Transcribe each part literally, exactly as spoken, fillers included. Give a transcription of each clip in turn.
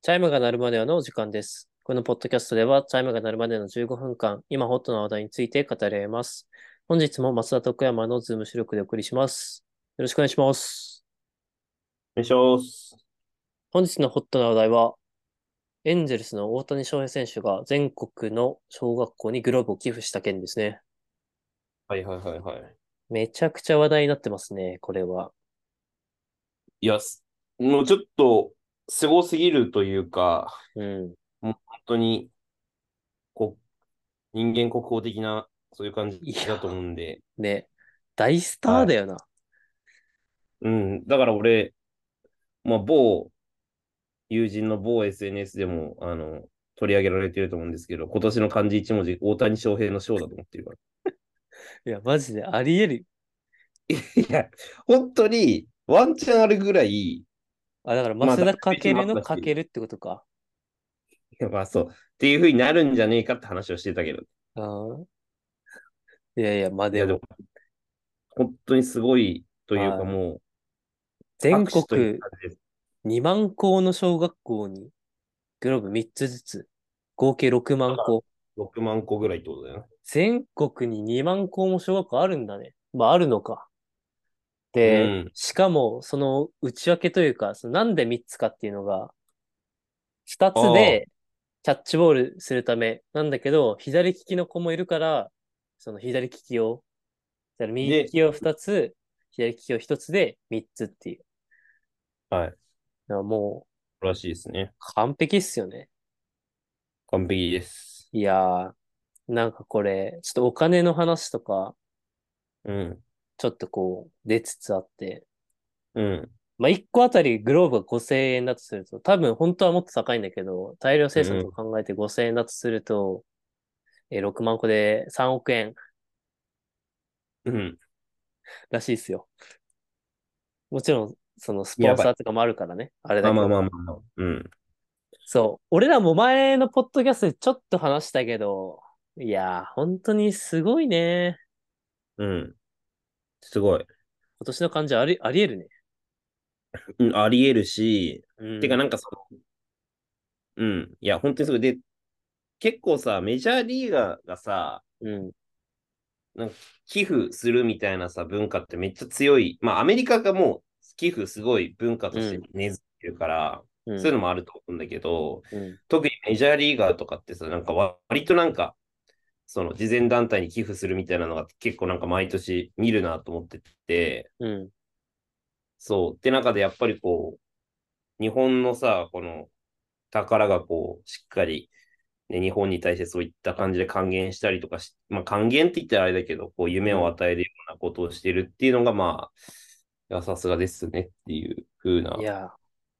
チャイムが鳴るまでのお時間です。このポッドキャストでは、チャイムが鳴るまでのじゅうごふんかん、今ホットな話題について語り合います。本日も増田徳山のズーム収録でお送りします。よろしくお願いします。 お願いします。 本日のホットな話題は、エンゼルスの大谷翔平選手が全国の小学校にグローブを寄付した件ですね。 はいはいはいはい。 めちゃくちゃ話題になってますね、これは。 いや、すもうちょっと、すごすぎるというか、 うん。 もう本当に、こう、人間国宝的な、そういう感じいや、 だと思うんで、 ね、大スターはい。 だよな。 うん。だから俺、まあ、某友人の某 エスエヌエス でも、あの、取り上げられてると思うんですけど、今年の漢字一文字、大谷翔平の章だと思ってるから。 いや、マジであり得る。 いや、本当に、ワンチャンあるぐらい、 あ、だから、 まあ、 増田かダルビッシュけるのもあったし、いかけるってことか。 やまあそう、っていう風になるんじゃねえかって話をしてたけど、 あーいやいや、まあいや、でも、 でも、 本当にすごいというかはい。 もう、 全拍手という国感じです。 にまん校の小学校にグローブみっつずつ、合計6 だから万校。 ろくまん個ぐらいってことだよね。 全国ににまん校も小学校あるんだね。まああるのか。で、 うん。 しかもその内訳というか、そのなんでみっつかっていうのが、2つああ、 でキャッチボールするためなんだけど、左利きの子もいるから、その左利きを、だから右利で、 きをふたつ、左利きをひとつでみっつっていう。 はい。 だからもうらしいですね。 完璧っすよね。 完璧です。 いやー、なんかこれ、ちょっとお金の話とか、 うん。 ちょっとこう、出つつあって、 うん。 まあ、いっこあたりグローブがごせんえんだとすると、多分本当はもっと高いんだけど、大量生産とうん。 か考えてごせんえんだとすると、えー、ろくまん個でさんおく円うん。 らしいですよ。もちろん、そのスポやばい。 ンサーとかもあるからね、あれまあまあだけど。 まあまあまあ。うん。 そう。俺らも前のポッドキャストでちょっと話したけど、いやー、本当にすごいね。 うん。すごい。 今年の感じあり、あり得るね。 うん、あり得るし、てかうん。 なんかその、うん。いや、本当にすごい。で、結構さ、メジャーリーガーがさ、 うん。 なんか寄付するみたいなさ、文化ってめっちゃ強い。まあ、アメリカがもう寄付すごい文化としてうん。 根付いてるから、 うん。 そういうのもあると思うんだけど、 うん。 特にメジャーリーガーとかってさ、なんか割となんか、その慈善団体に寄付するみたいなのが結構なんか毎年見るなと思ってて、 うん。 そう。って中でやっぱりこう、日本のさ、この宝がこう、しっかり、ね、日本に対してそういった感じで還元したりとかし、まあ還元って言ったらあれだけど、こう夢をうん。 与えるようなことをしてるっていうのが、まあ、いや、さすがですねっていう風ないや、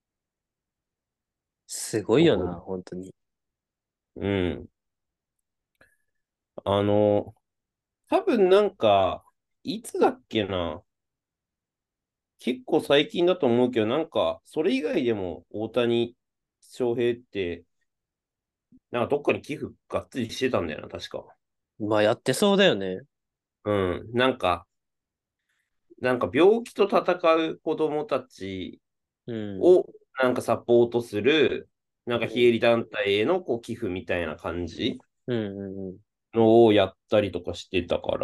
すごいところ。 よな、本当に。 うん。あの、多分なんか、いつだっけな。結構最近だと思うけど、なんか、それ以外でも大谷翔平って、なんかどっかに寄付がっつりしてたんだよな、確か。 まあ、やってそうだよね。 うん。なんか、なんか病気と戦う子供たちうん。 をなんかサポートする、なんかうん。 非営利団体へのこう寄付みたいな感じうん。うんうん。 のをやったりとかしてたから、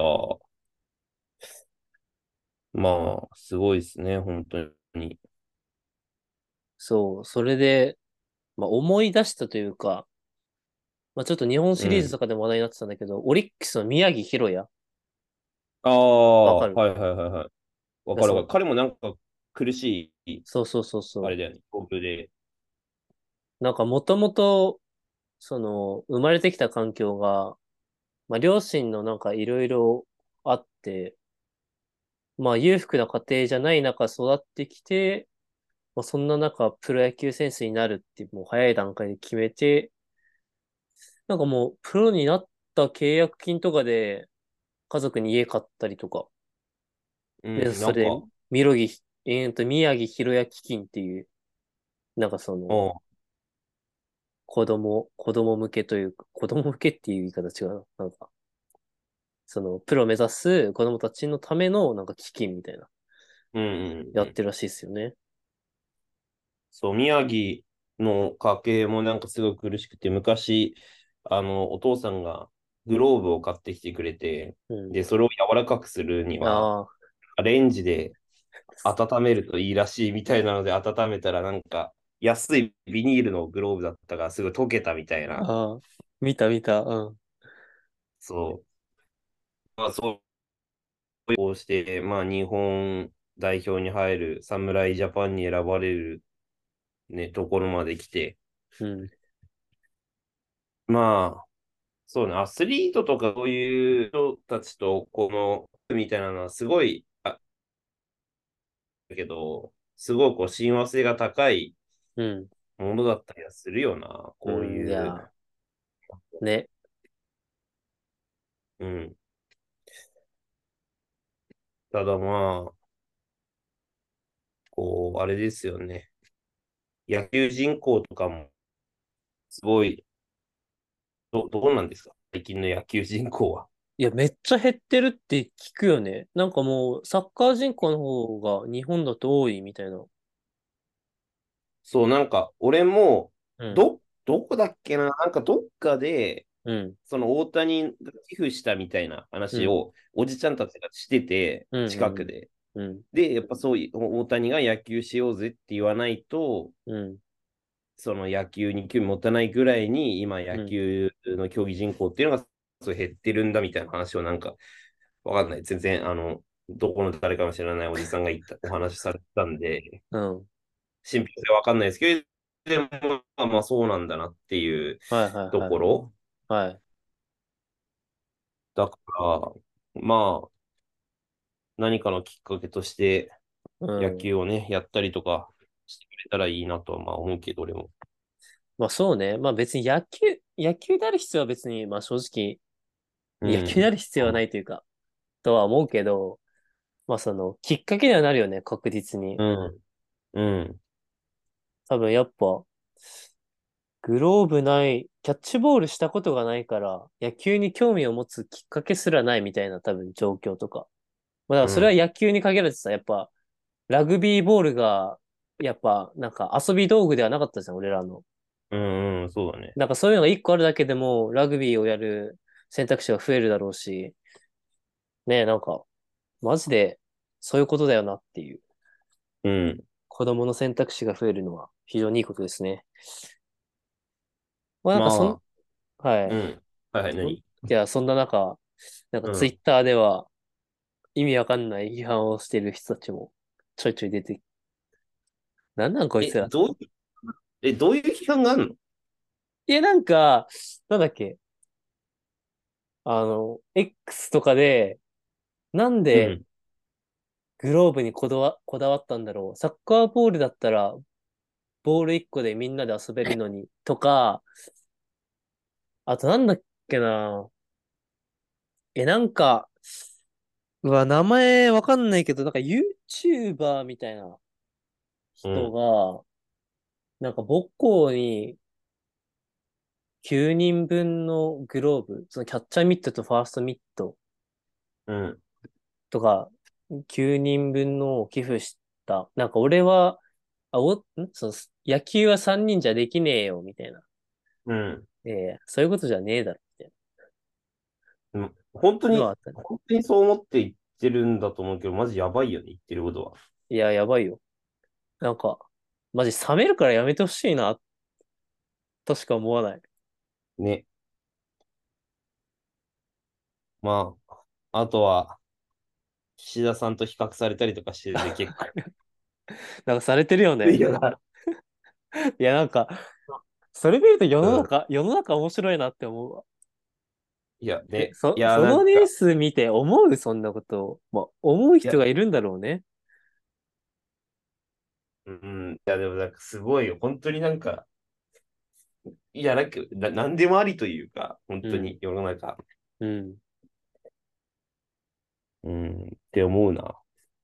まあ、すごいですね、本当に。 そう。それで、まあ、思い出したというか、まあ、ちょっと日本シリーズうん。 とかでも話題になってたんだけど、オリックスの宮城大弥。 ああ、 わかる？ はいはいはいはい。わかるわかる。 でそう。 彼もなんか苦しい、 そうそうそうそう。 あれだよね、僕で。 なんかもともと、その、生まれてきた環境が、まあ、両親のなんかいろいろあって、まあ、裕福な家庭じゃない中育ってきて、まあ、そんな中、プロ野球選手になるってもう早い段階で決めて、なんかもう、プロになった契約金とかで、家族に家買ったりとか。で、 うん、なそれで、 んか、 みろぎ、えーと、宮城弘也基金っていう、なんかその、 うん、 子供、子供向けというか、子供向けっていう言い方違うな。なんか、その、プロ目指す子供たちのための、なんか基金みたいな、 うん、うん、うん。 やってるらしいですよね。 そう、宮城。 の家系もなんかすごい苦しくて、昔、あの、お父さんがグローブを買ってきてくれて、 うん。 で、それを柔らかくするには、 ああ、 レンジで温めるといいらしいみたいなので、温めたらなんか、安いビニールのグローブだったからすぐ溶けたみたいな。 ああ、見た見た。うん。 そう。まあ、そうこうして、まあ、日本代表に入る、侍ジャパンに選ばれる、ね、ところまで来て、 うん。 まあ、そうね、アスリートとかそういう人たちと、この、みたいなのはすごい、あ、だけど、すごいこう親和性が高いうん。 ものだったりはするよな、こううん。いいう。 や、ね。 うん。ただまあ、こう、あれですよね。野球人口とかも、すごい、ど、どうなんですか最近の野球人口は。 いや、めっちゃ減ってるって聞くよね。なんかもう、サッカー人口の方が日本だと多いみたいな。 そう、なんか、俺も、 うん。 ど、どこだっけな、なんかどっかで、 うん。 その大谷が寄付したみたいなうん。 話を、おじちゃんたちがしてて、 うん。うん。 近くで。 うん。 で、やっぱそういう、大谷が野球しようぜって言わないと、 うん。 その野球に興味持たないぐらいに、今野うん。 球の競技人口っていうのがそう減ってるんだみたいな話をなんか、わかんない。全然、あの、どこの誰かも知らないおじさんが言った、お話しされてたんで、 うん。 信憑性わかんないですけど、でも、まあまあそうなんだなっていうはいはいとはい。 ころ。 はい。 だから、まあ、何かのきっかけとしてう野ん。 球をね、やったりとかしてくれたらいいなとはまあ思うけど、俺も。 まあそうね。まあ別に野球、野球である必要は別に、まあ正直、野球であうん。 る必要はないというか、とは思うけど、まあその、きっかけにはなるよね、確実に。 うん。うん。 多分やっぱ、グローブない、キャッチボールしたことがないから、野球に興味を持つきっかけすらないみたいな多分状況とか。まあだからそれはうん。 野球に限らずさ、やっぱ、ラグビーボールが、やっぱ、なんか遊び道具ではなかったじゃん、俺らの。 うん。うん、そうだね。 なんかそういうのが一個あるだけでも、ラグビーをやる選択肢が増えるだろうし、ねえ、なんか、マジで、そういうことだよなっていう。 うん。 子供の選択肢が増えるのは非常にいいことですね。まあなんかそん、 まあ、うはい。 ん。はいはい、 そい何や、そんな中、なんかうん。 ツイッターでは意味わかんない批判をしてる人たちもちょいちょい出て、なんなんこいつえ、 らって。 どう、え、どういう批判があるの？ いや、なんか、なんだっけ、あの、X とかで、なんでうん。 グローブにこだわ、こだわったんだろう。サッカーボールだったら、ボールいっこでみんなで遊べるのに、とか、あとなんだっけな。え、なんか、うわ、名前わかんないけど、なんか YouTuber みたいな人うん。 が、なんか母校にきゅうにんぶんのグローブ、そのキャッチャーミットとファーストミットうん。 とか、きゅうにんぶんのを寄付した。なんか俺は、あ、お、んその、野球はさんにんじゃできねえよ、みたいな。 うん。 ええ、そういうことじゃねえだろ、みたいうん、本当に、 なのはあったね。 本当にそう思って言ってるんだと思うけど、マジやばいよね、言ってることは。 いや、やばいよ。なんか、マジ冷めるからやめてほしいな、としか思わない。 ね。まあ、あとは、岸田さんと比較されたりとかしてて結構、 なんかされてるよね。 いやな。 いや、なんか、それ見ると世うん。 の中、世の中面白いなって思うわ。 いや、 え、 ね。いそ、 や、 そのニューなんか、 ス見て思うそんなことを。まあ、思ういや、 人がいるんだろうね。 うん、いや、でもなんかすごいよ。本当になんか、いや、なんか、な、なんでもありというか、本うん。 当に世の中、 うん。 うん、って思うな。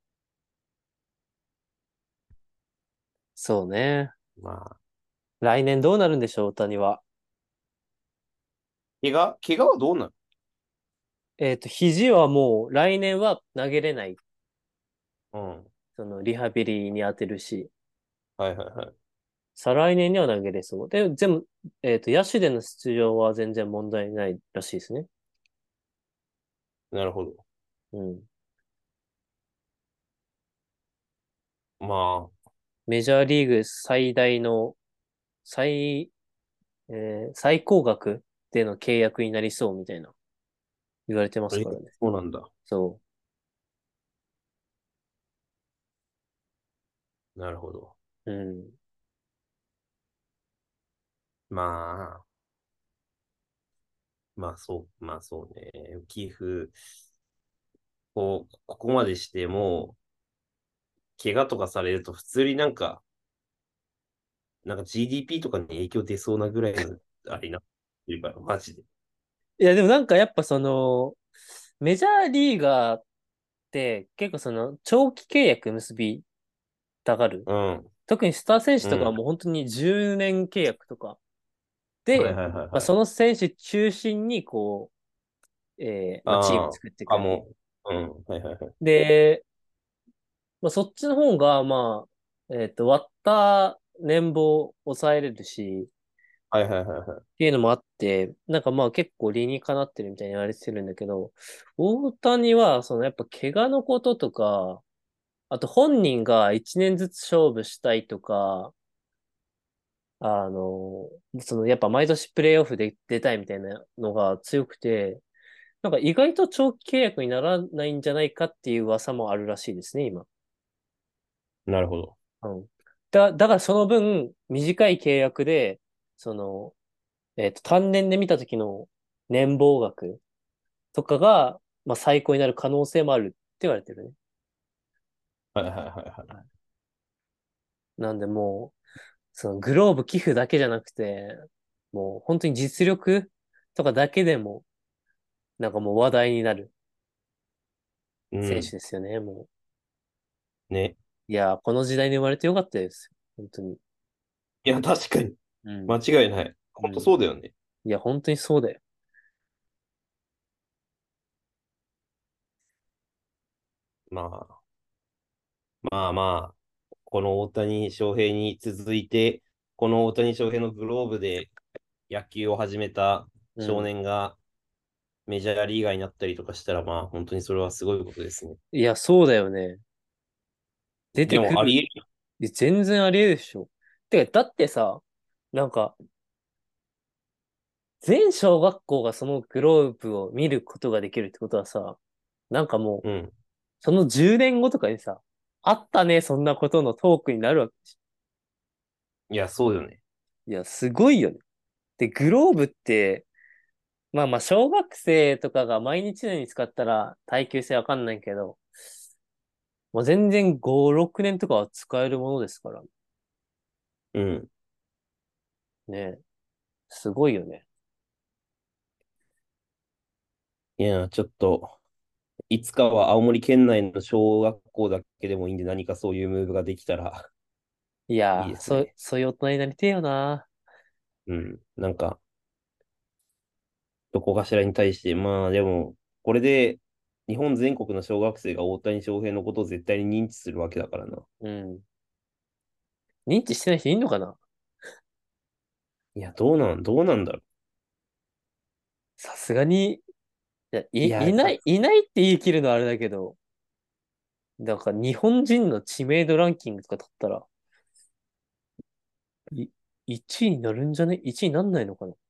そうね。 まあ、 来年どうなるんでしょう、大谷は。 怪我怪我はどうなの？ えっと、肘はもう来年は投げれない。 うん。 そのリハビリに当てるし。 はいはいはい。 再来年には投げれそう。で、全部、えっと、野手での出場は全然問題ないらしいですね。 なるほど。 うん。 まメジャーリーグ最大の、最、えー最高額での契約になりそうみたいな言われてまあ、え、 すからね。 そうなんだ。 そなるほど。 う。うん。 まあ、まあそう、まあそうね。寄付、こう、ここまでしても、怪我とかされると普通になんか、なんか ジーディーピー とかに影響出そうなぐらいの、あれになってるから、マジで。 いや、でもなんかやっぱその、メジャーリーガーって結構その長期契約結びたがる。 うん。 特にスター選手とかはうん。 もう本当にじゅうねん契約とかはいで、まあ、 はいはいはい。 その選手中心にこう、えーまあ、チームああ、 作っていくわけ。 かも。うん。はいはいはい。 で、まあ、そっちの方が、まあ、えっと、割った年俸抑えれるし、 はいはいはいはい。 っていうのもあって、なんかまあ結構理にかなってるみたいに言われてるんだけど、大谷は、そのやっぱ怪我のこととか、あと本人が一年ずつ勝負したいとか、あの、そのやっぱ毎年プレイオフで出たいみたいなのが強くて、なんか意外と長期契約にならないんじゃないかっていう噂もあるらしいですね、今。 なるほど。 うん。だ、だからその分、短い契約で、その、えっと、単年で見た時の年俸額とかが、まあ最高になる可能性もあるって言われてるね。 はいはいはいはい。 なんでもう、そのグローブ寄付だけじゃなくて、もう本当に実力とかだけでも、なんかもう話題になる選手うん。 ですよね、もう。 ね。 いやー、この時代に生まれてよかったですよ。本当に。 いや、確かに。 うん。 間違いない。ほんとうん。 そうだよね。 いや、本当にそうだよ。 まあ、まあまあ、この大谷翔平に続いて、この大谷翔平のグローブで野球を始めた少うん。 年がメジャーリーガーになったりとかしたら、まあ、本当にそれはすごいことですね。 いや、そうだよね。出てでも、あくる。 り得る。 いや全然あり得るでしょ。てか、だってさ、なんか、全小学校がそのグローブを見ることができるってことはさ、なんかもう、 うん。 そのじゅうねんごとかにさ、あったね、そんなことのトークになるわけでしいや、そうよね。 ょ。いや、すごいよね。で、グローブって、まあまあ、小学生とかが毎日のように使ったら耐久性わかんないけど、もう全然ご、ろくねんとかは使えるものですから。 うん。 ね。すごいよね。 いや、ちょっと、いつかは青森県内の小学校だけでもいいんで、何かそういうムーブができたらいやー、そう、 いいですね。 そういう大人になりてえよな。 うん。なんか、どこかしらに対して、まあでも、これで日本全国の小学生が大谷翔平のことを絶対に認知するわけだからな。 うん。認知してない人いんのかな。 いや、どうなん、どうなんだろさすがに、いや、 う。いい、 や、さ、 いない、いないって言い切るのはあれだけど、なんか日本人の知名度ランキングとか取ったら、い、いちいになるんじゃね？ いち 位になんないのかな。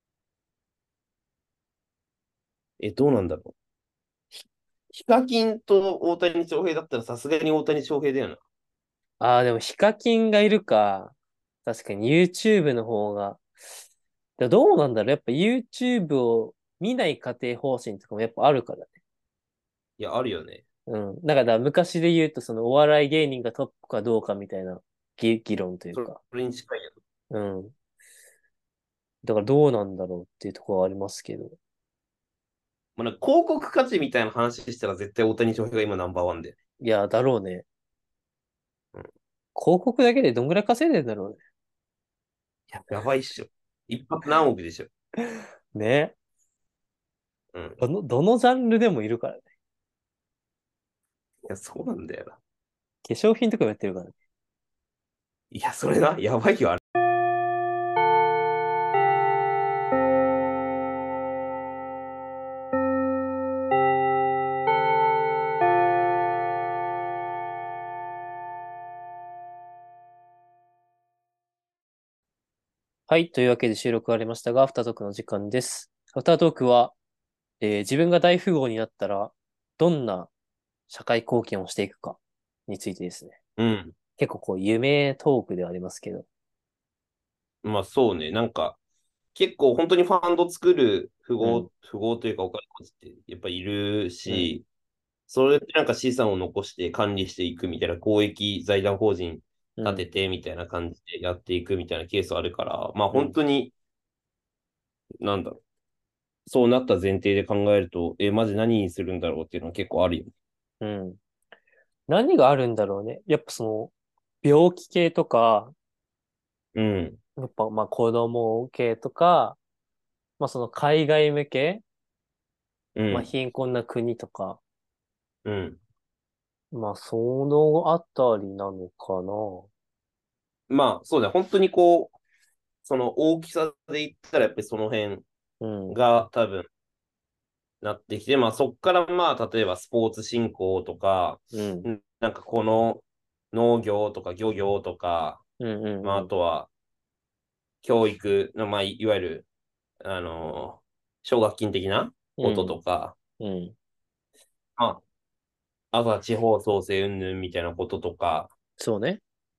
え、どうなんだろう。ヒカキンと大谷翔平だったらさすがに大谷翔平だよな。 ああー、でもヒカキンがいるか。確かに YouTube の方が。でもどうなんだろう。やっぱ YouTube を見ない家庭方針とかもやっぱあるからね。 いや、あるよね。 うん。だから昔で言うとそのお笑い芸人がトップかどうかみたいな議議論というそか。 れに近いよ。 うん。だからどうなんだろうっていうところはありますけど。 まあ、なんか広告価値みたいな話したら絶対大谷翔平が今ナンバーワンで。 いや、だろうね。 うん。い広告だけでどんぐらい稼いでんだろうや、やばいっしょ。一発何億でしょ。 ね。ね。 うん。 どの、どのジャンルでもいるからね。 いや、そうなんだよな。 化粧品とかもやってるからね。 いや、それな、やばいよ、あれ。 はい。というわけで収録がありましたが、アフタートークの時間です。アフタートークは、えー自分が大富豪になったら、どんな社会貢献をしていくかについてですね。 うん。 結構こう、夢トークではありますけど。 まあそうね、なんか、結構本当にファンド作る富うん、 豪、富豪というかお金持ちってやっぱいるうん、 し、それってなんか資産を残して管理していくみたいな公益財団法人うん、 立ててみたいな感じでやっていくみたいなケースあるから、まあうん、 本当に、なんだろう、そうなった前提で考えると、え、マジ何にするんだろうっていうのは結構あるよ。 うん。何があるんだろうね。やっぱその、病気系とか、 うん、 やっぱまあ子供系とか、まあその海外向け、まあうん、 貧困な国とか、 うん。 まあそのあたりなのかな。 まあそうだ、本当にこう、その大きさで言ったらやっぱりその辺うん、 が多分なってきて、まあそっからまあ例えばスポーツ振興とか、 うん、 んなんかこの農業とか漁業とか、 うん、うまあん、うん、 あとは教育の、まあいわゆる、あのー奨学金的なことうん、 とか、 うん。 まあ、あとは地方創生云々みたいなこととか、 そうね。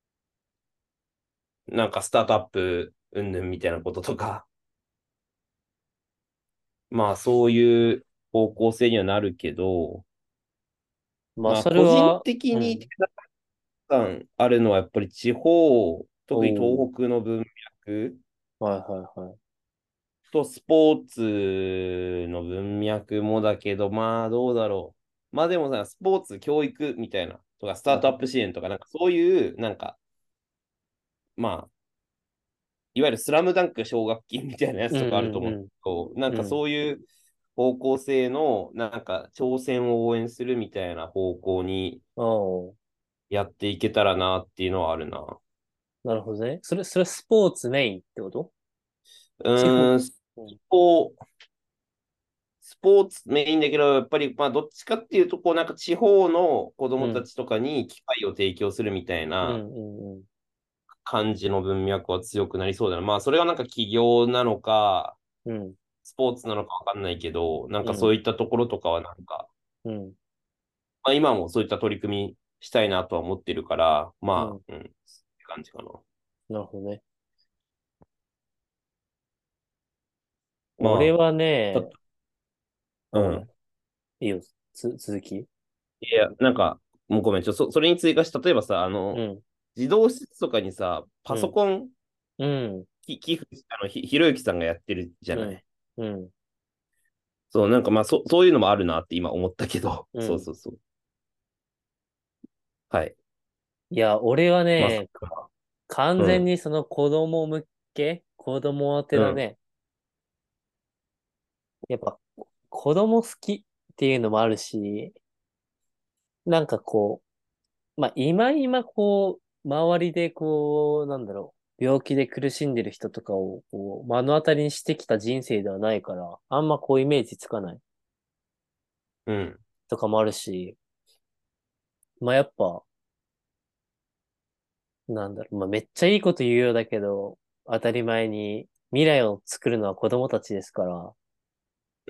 なんかスタートアップ云々みたいなこととか、まあそういう方向性にはなるけど、 まあそれまあ個人は、 的にうん。 感あるのはやっぱり地方、 お特にお。 東北の文脈はいはいはい。 とスポーツの文脈もだけど、まあどうだろう。まあでもさ、スポーツ、教育みたいな、とか、スタートアップはいはい。 支援とか、なんかそういう、なんか、まあ、いわゆるスラムダンク奨学金みたいなやつうんとかあると思うんだうんけど、なんかうん。 そういう方向性の、なんか挑戦を応援するみたいな方向にうん。おお。 やっていけたらなっていうのはあるな。 なるほどね。それ、それスポーツメインってこと？ う地方。 ーん、スうん。 ポスポーツメインだけど、やっぱり、まあ、どっちかっていうと、こう、なんか地方の子うん。 供たちとかに機会を提供するみたいなうんうんうん。 感じの文脈は強くなりそうだな。まあ、それがなんか起業なのか、 うん。 スポーツなのかわかんないけど、なんうん。 かそういったところとかはなんか、 うん。 まあ、今もそういった取り組みしたいなとは思ってるから、まうん。 あ、うん、って感じかな。 なるほどね。俺まはあ、た、 ね、おう、 うん。 いいよ。つ、続き。 いや、なんか、もうごめん、ちょ、そ、それに追加して、例えばさ、あの、 うん。 児童施設とかにさ、パソうん。 コンうん。 き寄付、あの、ひ、ひろゆきさんがやってるじゃうん。 ない。 うん。 そう、なんかまあ、そ、そういうのもあるなって今思ったけど、 うん。 そうそうそう。はい。 いや、俺はまあ、そっね、 か。 完うん、 全にその子供向け、子供宛てうん、 だね。やっぱ子供好きっていうのもあるし、なんかこう、まあ今今こう、周りでこう、なんだろう、病気で苦しんでる人とかをこう目の当たりにしてきた人生ではないから、あんまこうイメージつかないうん、 とかもあるし、まあやっぱ、なんだろう、まあめっちゃいいこと言うようだけど、当たり前に未来を作るのは子供たちですから、 うん、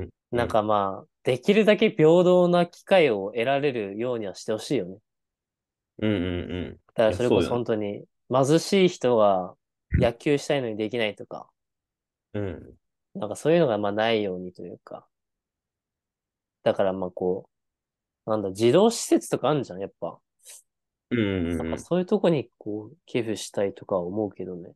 うなんん、 かまあ、できるだけ平等な機会を得られるようにはしてほしいよね。 うん、うん、うん。いだからや、 それこそそうよね。 本当に貧しい人が野球したいのにできないとか、 うん、 なんかそういうのがまあないようにというか。だからまあこう、なんだ、児童施設とかあるじゃん、やっぱ。 うん、うなんかん、 そういうとこにこう寄付したいとかは思うけどね。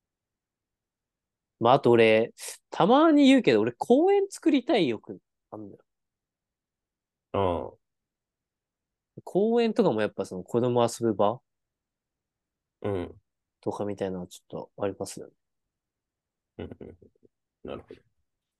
まああと俺、たまに言うけど俺公園作りたい欲あんだよ。 うん、 公園とかもやっぱその子供遊ぶ場うん、 とかみたいなのはちょっとありますよね。 うん、うん。なるほど。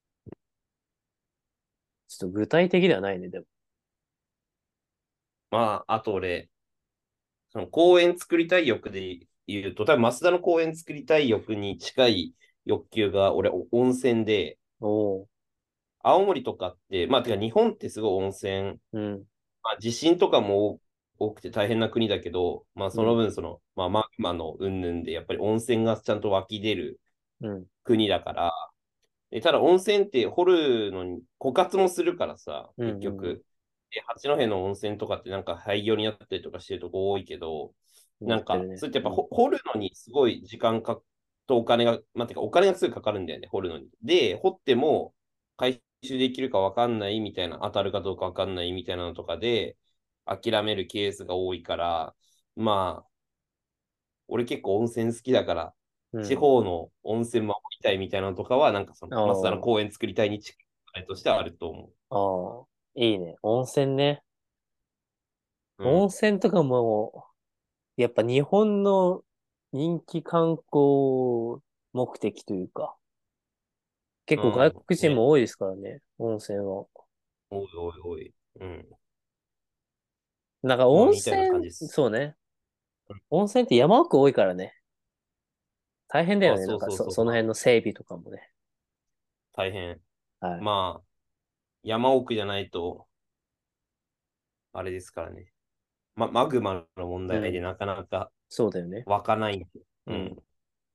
ちょっと具体的ではないね、でも。 まあ、あと俺、その公園作りたい欲で言うと、多分増田の公園作りたい欲に近い欲求が、俺、温泉で、 おー。 青森とかって、まあ、てか日本ってすごい温泉、 うん。 まあ、地震とかも多くて大変な国だけど、まあ、 うん。 その分、その、まあ、マグマの云々で、やっぱり温泉がちゃんと湧き出るうん。 国だから、でただ温泉って掘るのに枯渇もするからさ、 うん。うん。うん。 結局。で八戸の温泉とかってなんか廃業になったりとかしてるとこ多いけど、なんか、 なってるね。 それってやっぱうん。 ほ掘るのにすごい時間かとお金が、まあ、てかお金がすぐかかるんだよね、掘るのに。で、掘っても回収できるかわかんないみたいな、当たるかどうかわかんないみたいなのとかで、諦めるケースが多いから、まあ、俺結構温泉好きだから、地うん。 方の温泉守りたいみたいなのとかは、なんかその、 あマスダのあ。 公園作りたいに近いあれとしてはあると思ああ。いいね。温泉ね。 う。うん。 温泉とかも、やっぱ日本の人気観光目的というか、結構外うん。ね。 国人も多いですからね、温泉は。 おいおいおい。うん。 なんかまあ、 温泉、 みたいな感じです。 そうね。 うん。 温泉って山奥多いからね。大変だよあ、 ね。なんかそ、 そうそうそう。 そのまあ、 辺の整備とかもね。 大変。 はい。 まあ、山奥じゃないと、あれですからね。ま、マグマの問うん。 題でなかなかそうだよね。 湧かないんで。 うん。 うん。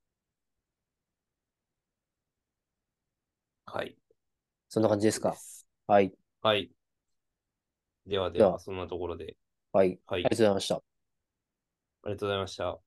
はい。 そんなというこ感じですか。 とです。 はい。 はい。ではでは、 では、 そんなところで。 はい。ありはい。 がとうございました。 ありがとうございました。